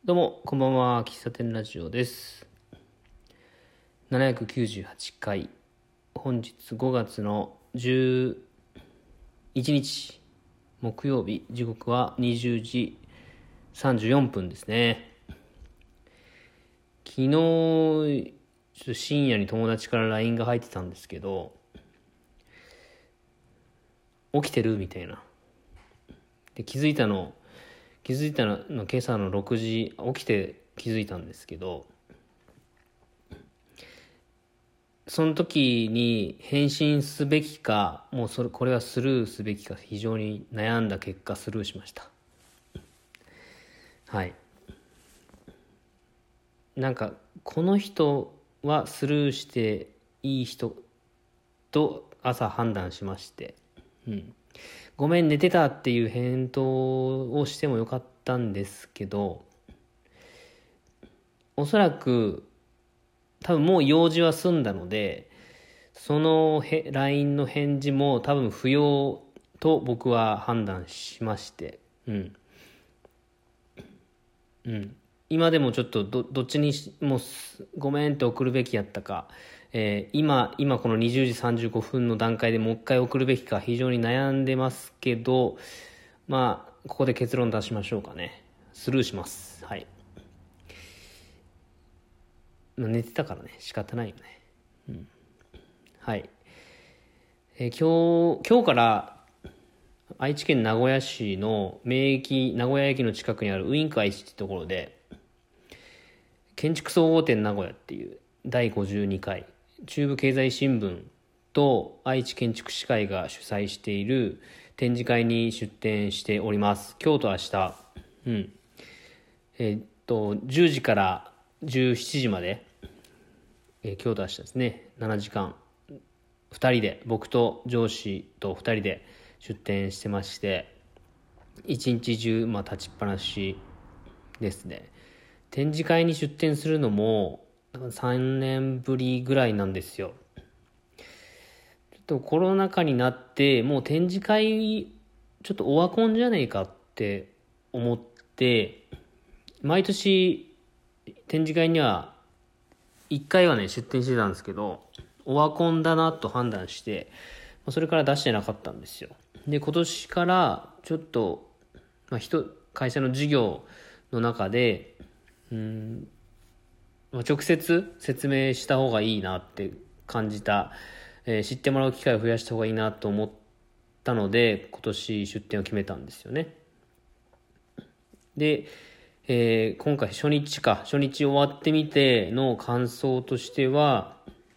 どうも、こんばんは。喫茶店ラジオです。798回。本日5月の11日、木曜日、時刻は20時34分ですね。昨日、ちょっと深夜に友達から LINE が入ってたんですけど、起きてるみたいな。で、気づいたの今朝の6時、起きて気づいたんですけど、その時に返信すべきか、もうこれはスルーすべきか、非常に悩んだ結果スルーしました。はい。なんか、この人はスルーしていい人と朝判断しまして、ごめん寝てたっていう返答をしてもよかったんですけど、おそらく多分もう用事は済んだので、そのLINE の返事も多分不要と僕は判断しまして、今でもちょっとどっちにもごめんって送るべきやったか、今この20時35分の段階でもう一回送るべきか非常に悩んでますけど、ここで結論出しましょうかね。スルーします。はい。寝てたからね、仕方ないよね。はい。今日から愛知県名古屋市の名古屋駅の近くにあるウインク愛知ってところで、建築総合展名古屋っていう第52回中部経済新聞と愛知建築士会が主催している展示会に出展しております。今日と明日、10時から17時まで、今日と明日ですね、7時間2人で、僕と上司と2人で出展してまして、一日中立ちっぱなしですね。展示会に出展するのも3年ぶりぐらいなんですよ。ちょっとコロナ禍になってもう展示会ちょっとオワコンじゃねえかって思って、毎年展示会には1回はね出展してたんですけど、オワコンだなと判断してそれから出してなかったんですよ。で、今年からちょっと、会社の事業の中で直接説明した方がいいなって感じた、知ってもらう機会を増やした方がいいなと思ったので、今年出展を決めたんですよね。で、今回初日終わってみての感想としては、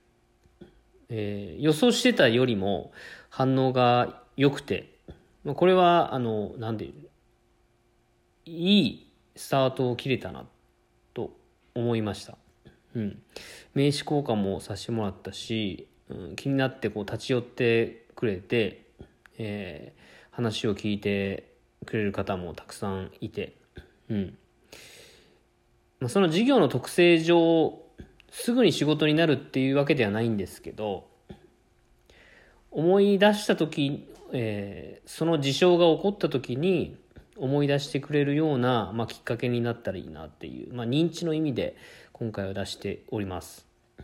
予想してたよりも反応が良くて、これはいいスタートを切れたなと思いました。名刺交換もさせてもらったし、気になって立ち寄ってくれて、話を聞いてくれる方もたくさんいて、その事業の特性上すぐに仕事になるっていうわけではないんですけど、思い出した時、その事象が起こった時に思い出してくれるような、きっかけになったらいいなっていう、認知の意味で今回は出しております。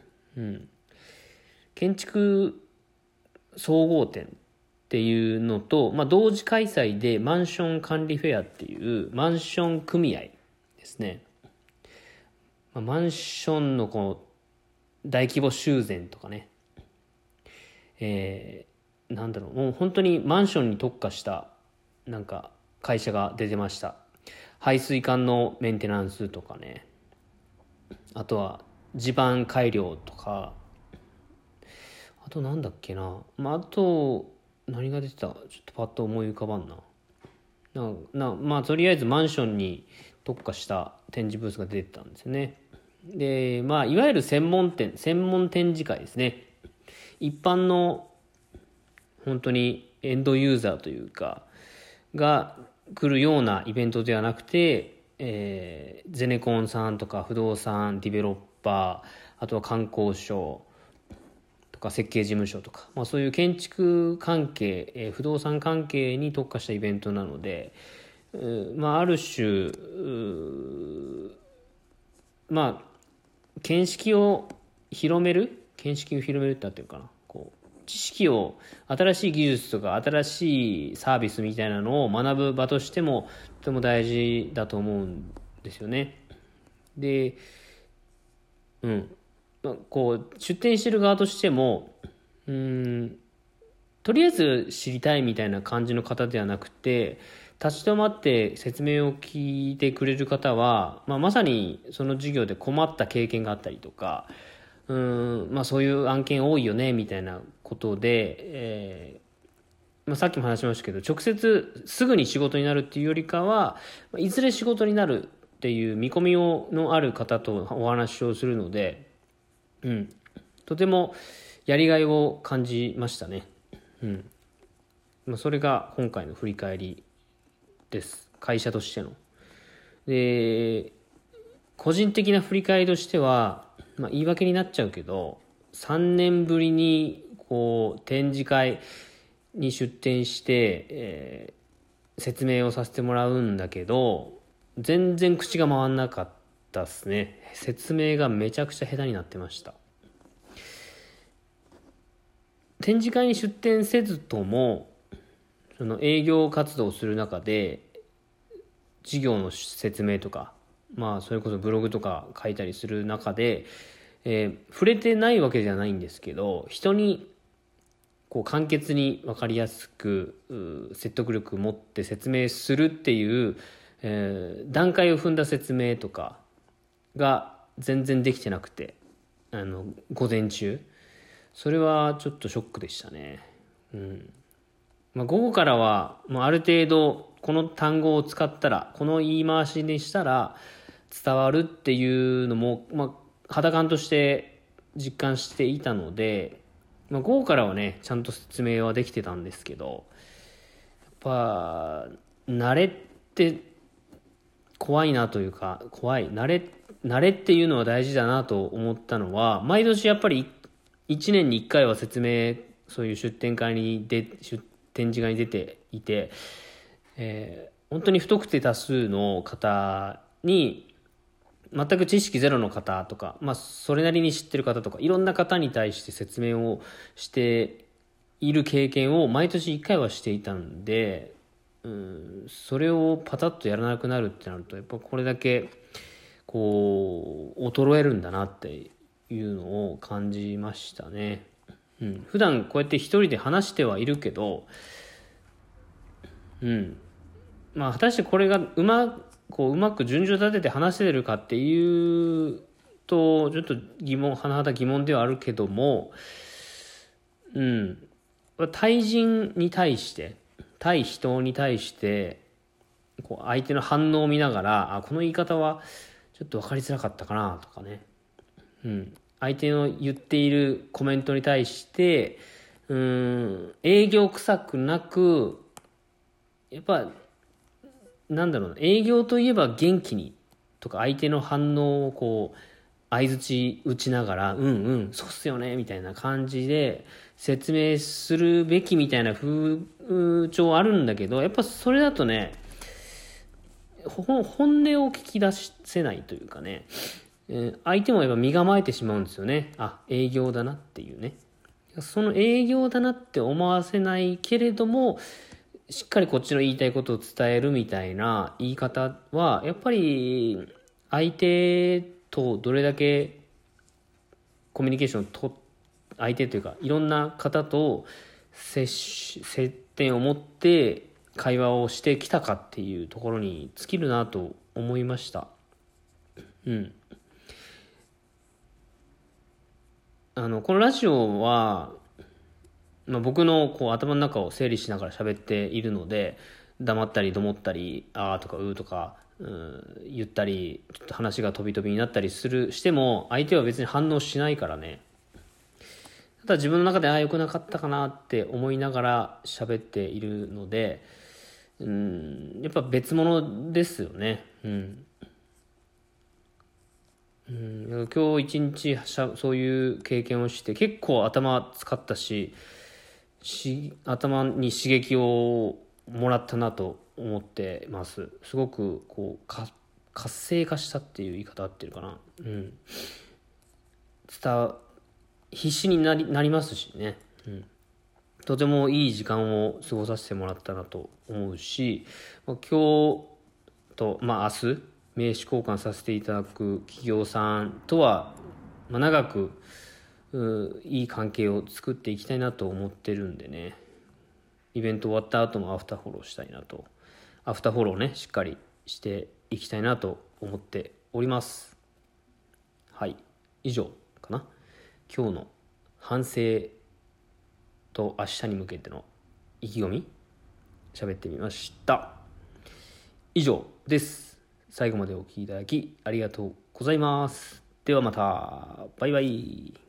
建築総合展っていうのと、同時開催でマンション管理フェアっていうマンション組合ですね。マンションの大規模修繕とかね、もう本当にマンションに特化した会社が出てました。排水管のメンテナンスとかね、あとは地盤改良とか、あとなんだっけな、あと何が出てた、ちょっとパッと思い浮かばんな。とりあえずマンションに特化した展示ブースが出てたんですよね。で、いわゆる専門展示会ですね。一般の本当にエンドユーザーというかが来るようなイベントではなくて、ゼネコンさんとか不動産ディベロッパー、あとは観光省とか設計事務所とか、そういう建築関係、不動産関係に特化したイベントなので、ある種まあ見識を広めるってなってるかな、こう知識を、新しい技術とか新しいサービスみたいなのを学ぶ場としてもとても大事だと思うんですよね。で、こう出店してる側としても、とりあえず知りたいみたいな感じの方ではなくて、立ち止まって説明を聞いてくれる方は、まさにその授業で困った経験があったりとか、そういう案件多いよねみたいなことで、さっきも話しましたけど、直接すぐに仕事になるっていうよりかは、いずれ仕事になるっていう見込みのある方とお話をするので、とてもやりがいを感じましたね。それが今回の振り返りです。会社としての。で、個人的な振り返りとしては、言い訳になっちゃうけど、3年ぶりにこう展示会に出展して、説明をさせてもらうんだけど、全然口が回んなかったっすね。説明がめちゃくちゃ下手になってました。展示会に出展せずとも、その営業活動をする中で事業の説明とか、それこそブログとか書いたりする中で、触れてないわけじゃないんですけど、人にこう簡潔に分かりやすく説得力を持って説明するっていう、段階を踏んだ説明とかが全然できてなくて、午前中それはちょっとショックでしたね。午後からはもうある程度この単語を使ったら、この言い回しにしたら伝わるっていうのも、肌感として実感していたので、午後からはねちゃんと説明はできてたんですけど、やっぱ慣れって怖いなというか、慣れっていうのは大事だなと思ったのは、毎年やっぱり1年に1回は説明、そういう展示会に出ていて、本当に不特定多数の方に、全く知識ゼロの方とか、それなりに知ってる方とか、いろんな方に対して説明をしている経験を毎年1回はしていたんで、それをパタッとやらなくなるってなると、やっぱこれだけこう衰えるんだなっていうのを感じましたね。普段こうやって一人で話してはいるけど、果たしてこれがうまく順序立てて話せるかっていうと、ちょっと甚だ疑問ではあるけども、対人に対して、対人に対してこう相手の反応を見ながら、この言い方はちょっと分かりづらかったかなとかね、相手の言っているコメントに対して営業臭くなく、やっぱ営業といえば元気にとか、相手の反応をこう相槌打ちながら、そうっすよねみたいな感じで説明するべきみたいな風潮あるんだけど、やっぱそれだとね、本音を聞き出せないというかね、相手もやっぱ身構えてしまうんですよね。営業だなっていうね。その営業だなって思わせないけれども、しっかりこっちの言いたいことを伝えるみたいな言い方は、やっぱり相手とどれだけコミュニケーションと、相手というかいろんな方と接点を持って会話をしてきたかっていうところに尽きるなと思いました。このラジオは、僕のこう頭の中を整理しながら喋っているので、黙ったりどもったりとかとか、言ったりちょっと話が飛び飛びになったりしても相手は別に反応しないからね。ただ自分の中で良くなかったかなって思いながら喋っているので、やっぱ別物ですよね。今日一日そういう経験をして結構頭使ったし、頭に刺激をもらったなと思ってます。すごくこう活性化したっていう言い方合ってるかな。必死になりますしね。とてもいい時間を過ごさせてもらったなと思うし、今日と、明日名刺交換させていただく企業さんとは、長くいい関係を作っていきたいなと思ってるんでね、イベント終わった後もアフターフォローしたいなと、アフターフォローねしっかりしていきたいなと思っております。はい、以上かな。今日の反省と明日に向けての意気込み喋ってみました。以上です。最後までお聞きいただきありがとうございます。ではまた。バイバイ。